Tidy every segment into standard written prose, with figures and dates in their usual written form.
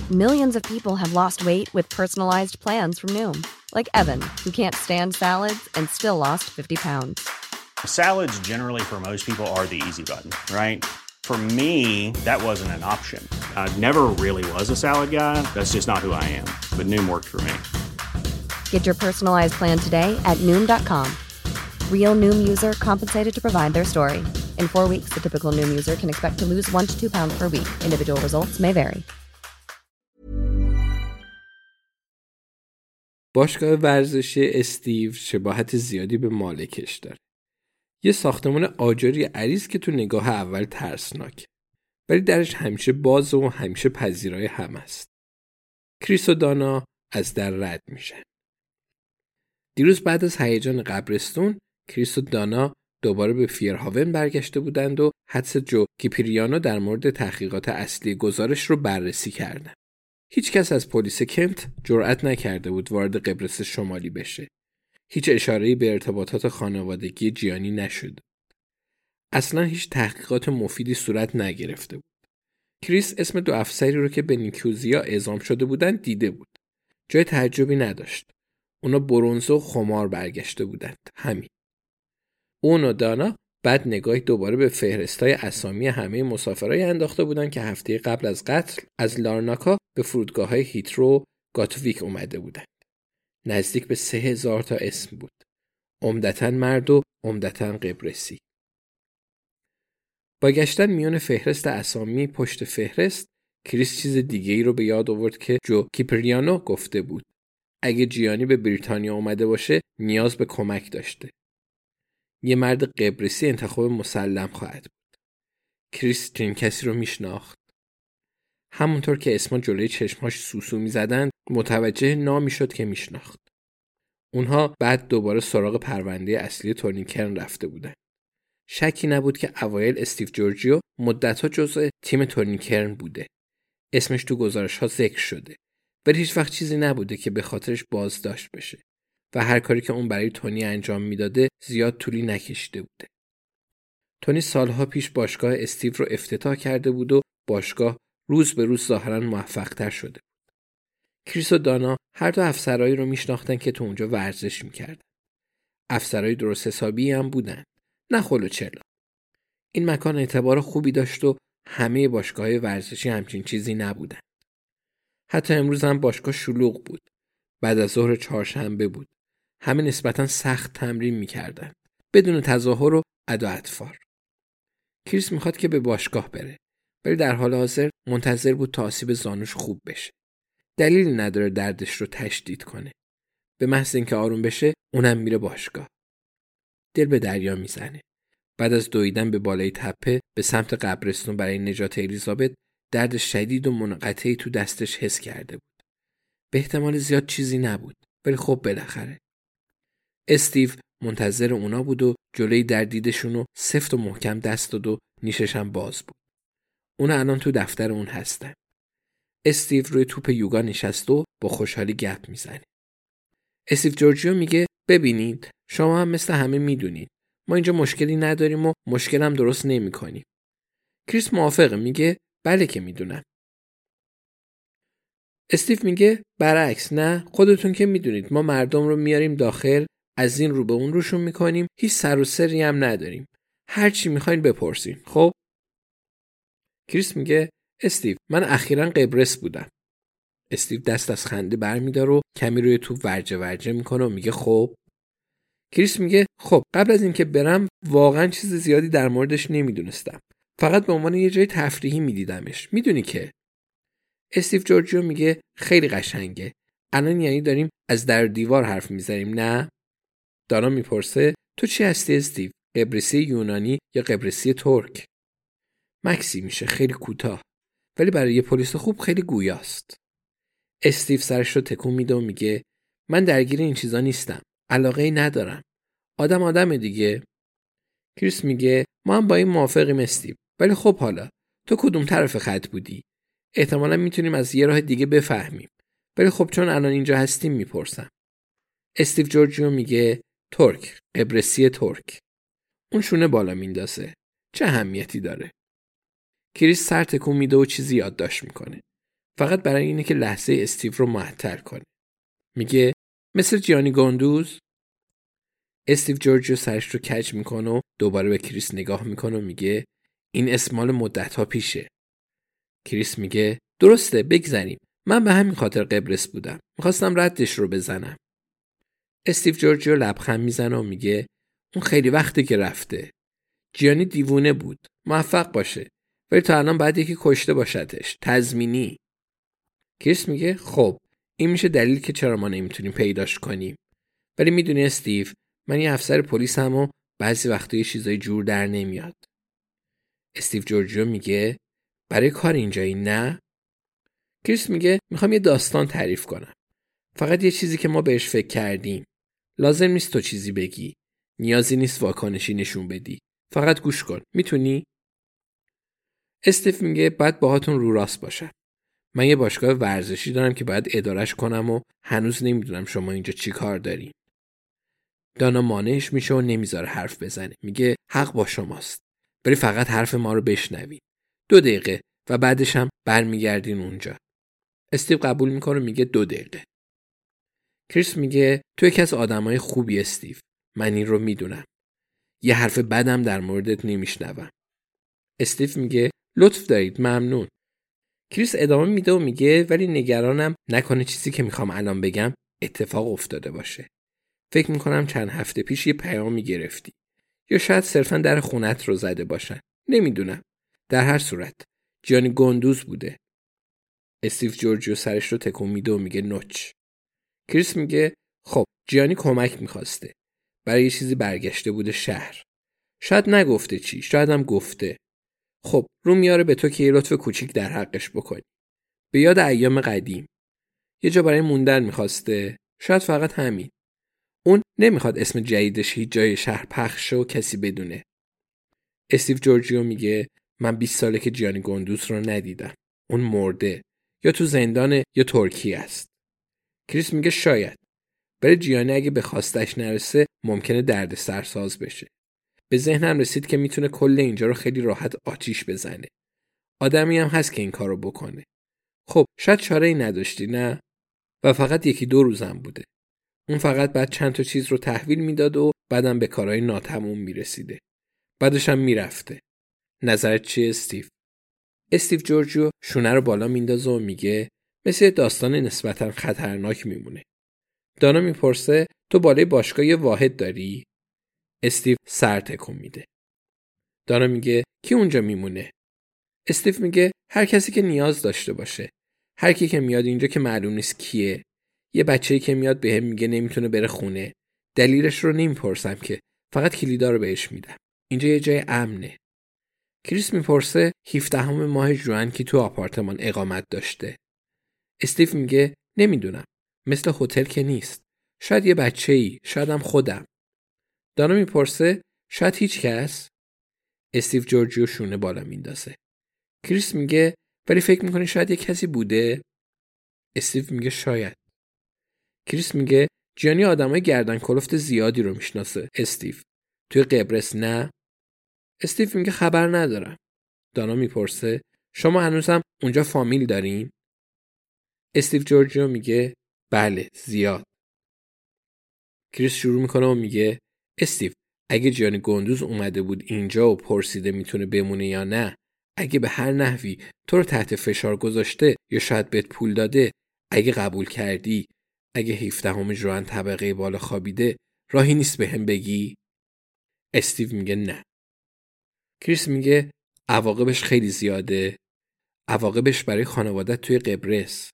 Millions of people have lost weight with personalized plans from Noom. Like Evan, who can't stand salads and still lost 50 pounds. Salads generally for most people are the easy button, right? For me, that wasn't an option. I never really was a salad guy. That's just not who I am. But Noom worked for me. Get your personalized plan today at Noom.com. Real Noom user compensated to provide their story. In 4 weeks, the typical Noom user can expect to lose 1 to 2 pounds per week. Individual results may vary. باشگاه ورزشی استیو شباهت زیادی به مالکش داره. یه ساختمان آجری عریض که تو نگاه اول ترسناک، ولی درش همیشه باز و همیشه پذیرای هم است. کریس و دانا از در رد میشن. دیروز بعد از هیجان قبرستون، کریس و دانا دوباره به فیرهاون برگشته بودند و حدس جو کیپریانو در مورد تحقیقات اصلی گزارش رو بررسی کردند. هیچ کس از پلیس کنت جرئت نکرده بود وارد قبرس شمالی بشه. هیچ اشاره‌ای به ارتباطات خانوادگی جیانی نشد. اصلاً هیچ تحقیقات مفیدی صورت نگرفته بود. کریس اسم 2 افسری رو که به نیکوزیا اعزام شده بودند دیده بود. جای تعجبی نداشت. اونا برنزه و خمار برگشته بودند. همین. اون و دانا بعد نگاهی دوباره به فهرستای اسامی همه مسافرای انداخته بودند که هفته قبل از قتل از لارناکا به فرودگاه‌های هیترو گاتویک اومده بودند. نزدیک به 3000 تا اسم بود. عمدتاً مرد و عمدتاً قبرسی. با گشتن میان فهرست اسامی پشت فهرست، کریس چیز دیگه‌ای رو به یاد آورد که جو کیپریانو گفته بود. اگه جیانی به بریتانیا اومده باشه، نیاز به کمک داشته. یه مرد قبرسی انتخاب مسلم خواهد بود. کریس چنین کسی رو میشناخت. همونطور که اسما جلوی چشماش سوسو میزدن، متوجه نامی شد که میشناخت. اونها بعد دوباره سراغ پرونده اصلی تورنیکرن رفته بودن. شکی نبود که اوایل استیو جورجیو مدت‌ها جزء تیم تورنیکرن بوده. اسمش تو گزارش‌ها ذکر شده. ولی هیچ وقت چیزی نبوده که به خاطرش بازداشت بشه و هر کاری که اون برای تونی انجام میداده زیاد طولی نکشیده بوده. تونی سالها پیش باشگاه استیو رو افتتاح کرده بود و باشگاه روز به روز ظاهراً موفق‌تر شده بود. کریس و دانا هر 2 افسرایی رو میشناختن که تو اونجا ورزش میکردن. افسرای درست حسابی هم بودن. نه خلو چلا. این مکان اعتبار خوبی داشت و همه باشگاه‌های ورزشی همچین چیزی نبودن. حتی امروز هم باشگاه شلوغ بود. بعد از ظهر چهارشنبه بود. همه نسبتاً سخت تمرین می‌کردند. بدون تظاهر و ادا اطفار. کریس می‌خواد که به باشگاه بره. ولی در حال حاضر منتظر بود تا آسیب زانوش خوب بشه. دلیلی نداره دردش رو تشدید کنه. به محض اینکه آروم بشه، اونم میره باشگاه. دل به دریا میزنه. بعد از دویدن به بالای تپه به سمت قبرستون برای نجات الیزابت، درد شدید و منقطعی تو دستش حس کرده بود. به احتمال زیاد چیزی نبود، ولی خب بالاخره. استیو منتظر اونا بود و جلوی دردیدشونو سفت و محکم دست داد و نیشش هم باز بود. اونا الان تو دفتر اون هستن. استیو روی توپ یوگا نشست و با خوشحالی گپ میزنه. استیو جورجیو میگه ببینید شما هم مثل همه میدونید ما اینجا مشکلی نداریم و مشکلم درست نمی‌کنیم. کریس موافقه، میگه بله که میدونم. استیو میگه برعکس، نه خودتون که میدونید ما مردم رو میاریم داخل، از این رو به اون روشون میکنیم، هیچ سر و سری هم نداریم. هر چی میخواین بپرسین. خب کریس میگه استیو من اخیراً قبرس بودم. استیو دست از خنده برمیداره و کمی روی تو ورجه میکنه و میگه خب. کریس میگه خب قبل از اینکه برم واقعا چیز زیادی در موردش نمیدونستم. فقط به عنوان یه جای تفریحی میدیدمش. میدونی که استیو جورجیو میگه خیلی قشنگه. الان یعنی داریم از در دیوار حرف میزنیم نه؟ دانا میپرسه تو چی هستی استیو؟ قبرسی یونانی یا قبرسی ترک؟ مکسی میشه خیلی کوتاه. ولی برای یه پلیس خوب خیلی گویاست. استیو سرش رو تکون میده و میگه من درگیر این چیزا نیستم. علاقه‌ای ندارم. آدم دیگه. کریس میگه ما هم با این موافقیم استیو. ولی خب حالا تو کدوم طرف خط بودی؟ احتمالاً میتونیم از یه راه دیگه بفهمیم. ولی خب چون الان اینجا هستیم میپرسم. استیو جورجیو میگه ترک، قبرسی ترک. اون شونه بالا میندازه. چه اهمیتی داره؟ کریس سر تکون میده و چیزی یادداشت میکنه. فقط برای اینه که لحظه استیو رو معطل کنه. میگه مثل جیانی گوندوز. استیو جورجیو سرش رو کج میکنه و دوباره به کریس نگاه میکنه و میگه این اسم مال مدت‌ها پیشه. کریس میگه درسته، بگذریم. من به همین خاطر قبرس بودم. میخواستم ردش رو بزنم. استیو جورجیو لبخند میزنه و میگه اون خیلی وقته که رفته. جیانی دیوونه بود. موفق باشه. ولی تا الان باید یکی کشته باشدش. تضمینی. کریس میگه خب این میشه دلیل که چرا ما نمیتونیم پیداش کنیم. ولی میدونی استیو، من یه افسر پلیسم و بعضی وقتا یه چیزای جور در نمیاد. استیو جورجیو میگه برای کار اینجایی نه؟ کریس میگه میخوام یه داستان تعریف کنم. فقط یه چیزی که ما بهش فکر کردیم. لازم نیست تو چیزی بگی. نیازی نیست واکنشی نشون بدی. فقط گوش کن. میتونی؟ استیو میگه باید باهاتون رو راست باشم. من یه باشگاه ورزشی دارم که باید ادارش کنم و هنوز نمیدونم شما اینجا چی کار دارین. دانا مانعش میشه و نمیذاره حرف بزنه. میگه حق با شماست. ولی فقط حرف ما رو بشنوید. 2 دقیقه و بعدش هم برمیگردین اونجا. استیو قبول میکنه، میگه 2 دقیقه. کریس میگه تو یکی از آدمای خوبی استیو. من این رو میدونم. یه حرف بدم در موردت نمیشنوم. استیو میگه لطف دارید، ممنون. کریس ادامه میده و میگه ولی نگرانم نکنه چیزی که میخوام الان بگم اتفاق افتاده باشه. فکر میکنم چند هفته پیش یه پیامی گرفتی. یا شاید صرفاً در خونت رو زده باشن. نمیدونم. در هر صورت جیانی گوندوز بوده. استیو جورجیو سرش رو تکون میده و میگه نوچ. کریس میگه خب جیانی کمک میخواسته. برای یه چیزی برگشته بوده شهر. شاید نگفته چی، شاید هم گفته. خب رو میاره به تو که یه لطف کوچیک در حقش بکنی. به یاد ایام قدیم. یه جا برای موندن میخواسته. شاید فقط همین. اون نمیخواد اسم جدیدش هیچ جای شهر پخش شه و کسی بدونه. استیو جورجیو میگه من 20 ساله که جیانی گوندوز رو ندیدم. اون مرده. یا تو زندان یا ترکیه است. کریس میگه شاید. برای جیانی اگه به خواستش نرسه ممکنه درد سرساز بشه. به ذهنم رسید که میتونه کل اینجا رو خیلی راحت آتیش بزنه. آدمی هم هست که این کارو بکنه. خب شاید چاره‌ای نداشتی نه؟ و فقط 1-2 روزم بوده. اون فقط بعد چند تا چیز رو تحویل میداد و بعدم به کارهای ناتموم میرسیده. بعدش هم میرفته. نظرت چیه استیو؟ استیو جورجیو شونه رو بالا میندازه و میگه مثل داستان نسبتاً خطرناک میمونه. دانا میپرسه تو بالای باشگاه یه واحد داری؟ استیو سر تکون میده. دانا میگه کی اونجا میمونه؟ استیو میگه هر کسی که نیاز داشته باشه. هر کی که میاد اینجا که معلوم نیست کیه. یه بچه‌ای که میاد بهم میگه نمیتونه بره خونه. دلیلش رو نمیپرسم که. فقط کلیدا رو بهش میدم. اینجا یه جای امنه. کریس میپرسه 17 ماه ژوئن کی تو آپارتمان اقامت داشته. استیو میگه نمیدونم. مثل هتل که نیست. شاید یه بچه‌ای، شاید هم خودم. دانا میپرسه شاید هیچ کس؟ استیو جورجیو شونه بالا میندازه. کریس میگه ولی فکر میکنی شاید یه کسی بوده؟ استیو میگه شاید. کریس میگه جیانی آدمای گردن کلفت زیادی رو میشناسه استیو. توی قبرس نه؟ استیو میگه خبر ندارم. دانا میپرسه شما هنوزم اونجا فامیل دارین؟ استیو جورجیو میگه بله زیاد. کریس شروع میکنه و میگه استیو اگه جیانی گوندوز اومده بود اینجا و پرسیده میتونه بمونه یا نه، اگه به هر نحوی تو رو تحت فشار گذاشته یا شاید بهت پول داده، اگه قبول کردی، اگه 17 ژوئن طبقه بالا خوابیده، راهی نیست بهم بگی؟ استیو میگه نه. کریس میگه عواقبش خیلی زیاده. عواقبش برای خانوادت توی قبرس.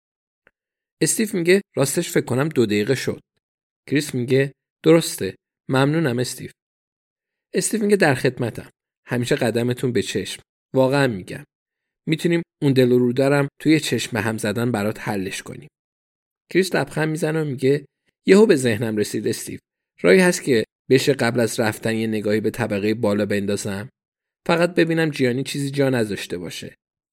استیو میگه راستش فکر کنم 2 دقیقه شد. کریس میگه درسته. ممنونم استیو. استیو میگه در خدمتم. همیشه قدمتون به چشم. واقعا میگم. میتونیم اون دل و رو دارم توی چشم به هم زدن برات حلش کنیم. کریس لبخند میزنه و میگه یهو به ذهنم رسید استیو. راهی هست که بشه قبل از رفتن یه نگاهی به طبقه بالا بندازم. فقط ببینم جیانی چیزی جا نذاشته باشه.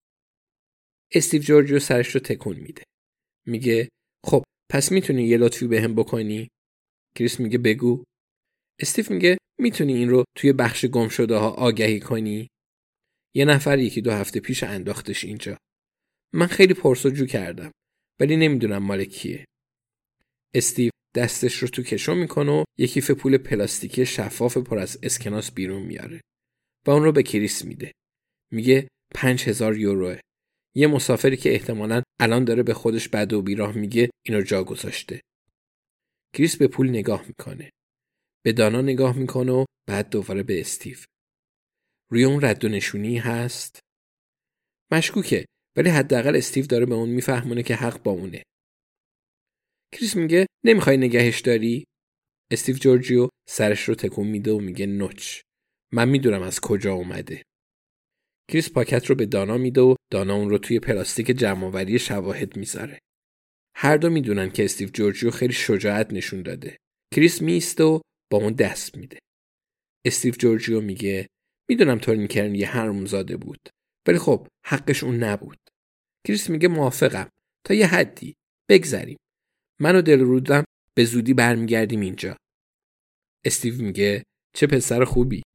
استیو جورجیو سرش رو تکون میده. میگه خب پس میتونی یه لطفی بهم بکنی؟ کریس میگه بگو. استیو میگه میتونی این رو توی بخش گم شده ها آگهی کنی؟ یه نفر 1-2 هفته پیش انداختش اینجا. من خیلی پرسجو کردم ولی نمیدونم مال کیه. استیو دستش رو تو کشو میکنه و یک کیف پول پلاستیکی شفاف پر از اسکناس بیرون میاره و اون رو به کریس میده. میگه 5000 یوروه. یه مسافری که احتمالاً الان داره به خودش بد و بیراه میگه اینو جا گذاشته. کریس به پول نگاه میکنه. به دانا نگاه میکنه و بعد دوباره به استیو. روی اون رد و نشونی هست؟ مشکوکه ولی حداقل استیو داره به اون میفهمونه که حق با اونه. کریس میگه نمیخوای نگهش داری؟ استیو جورجیو سرش رو تکون میده و میگه نوچ. من میدونم از کجا اومده. کریس پاکت رو به دانا میده و دانا اون رو توی پلاستیک جمع‌آوری شواهد میذاره. هر دو میدونن که استیو جورجیو خیلی شجاعت نشون داده. کریس میسته و با اون دست میده. استیو جورجیو میگه میدونم تورنیکرن یه حرومزاده بود ولی خب حقش اون نبود. کریس میگه موافقم تا یه حدی. بگذریم. من و دلرودم به زودی برمیگردیم اینجا. استیو میگه چه پسر خوبی.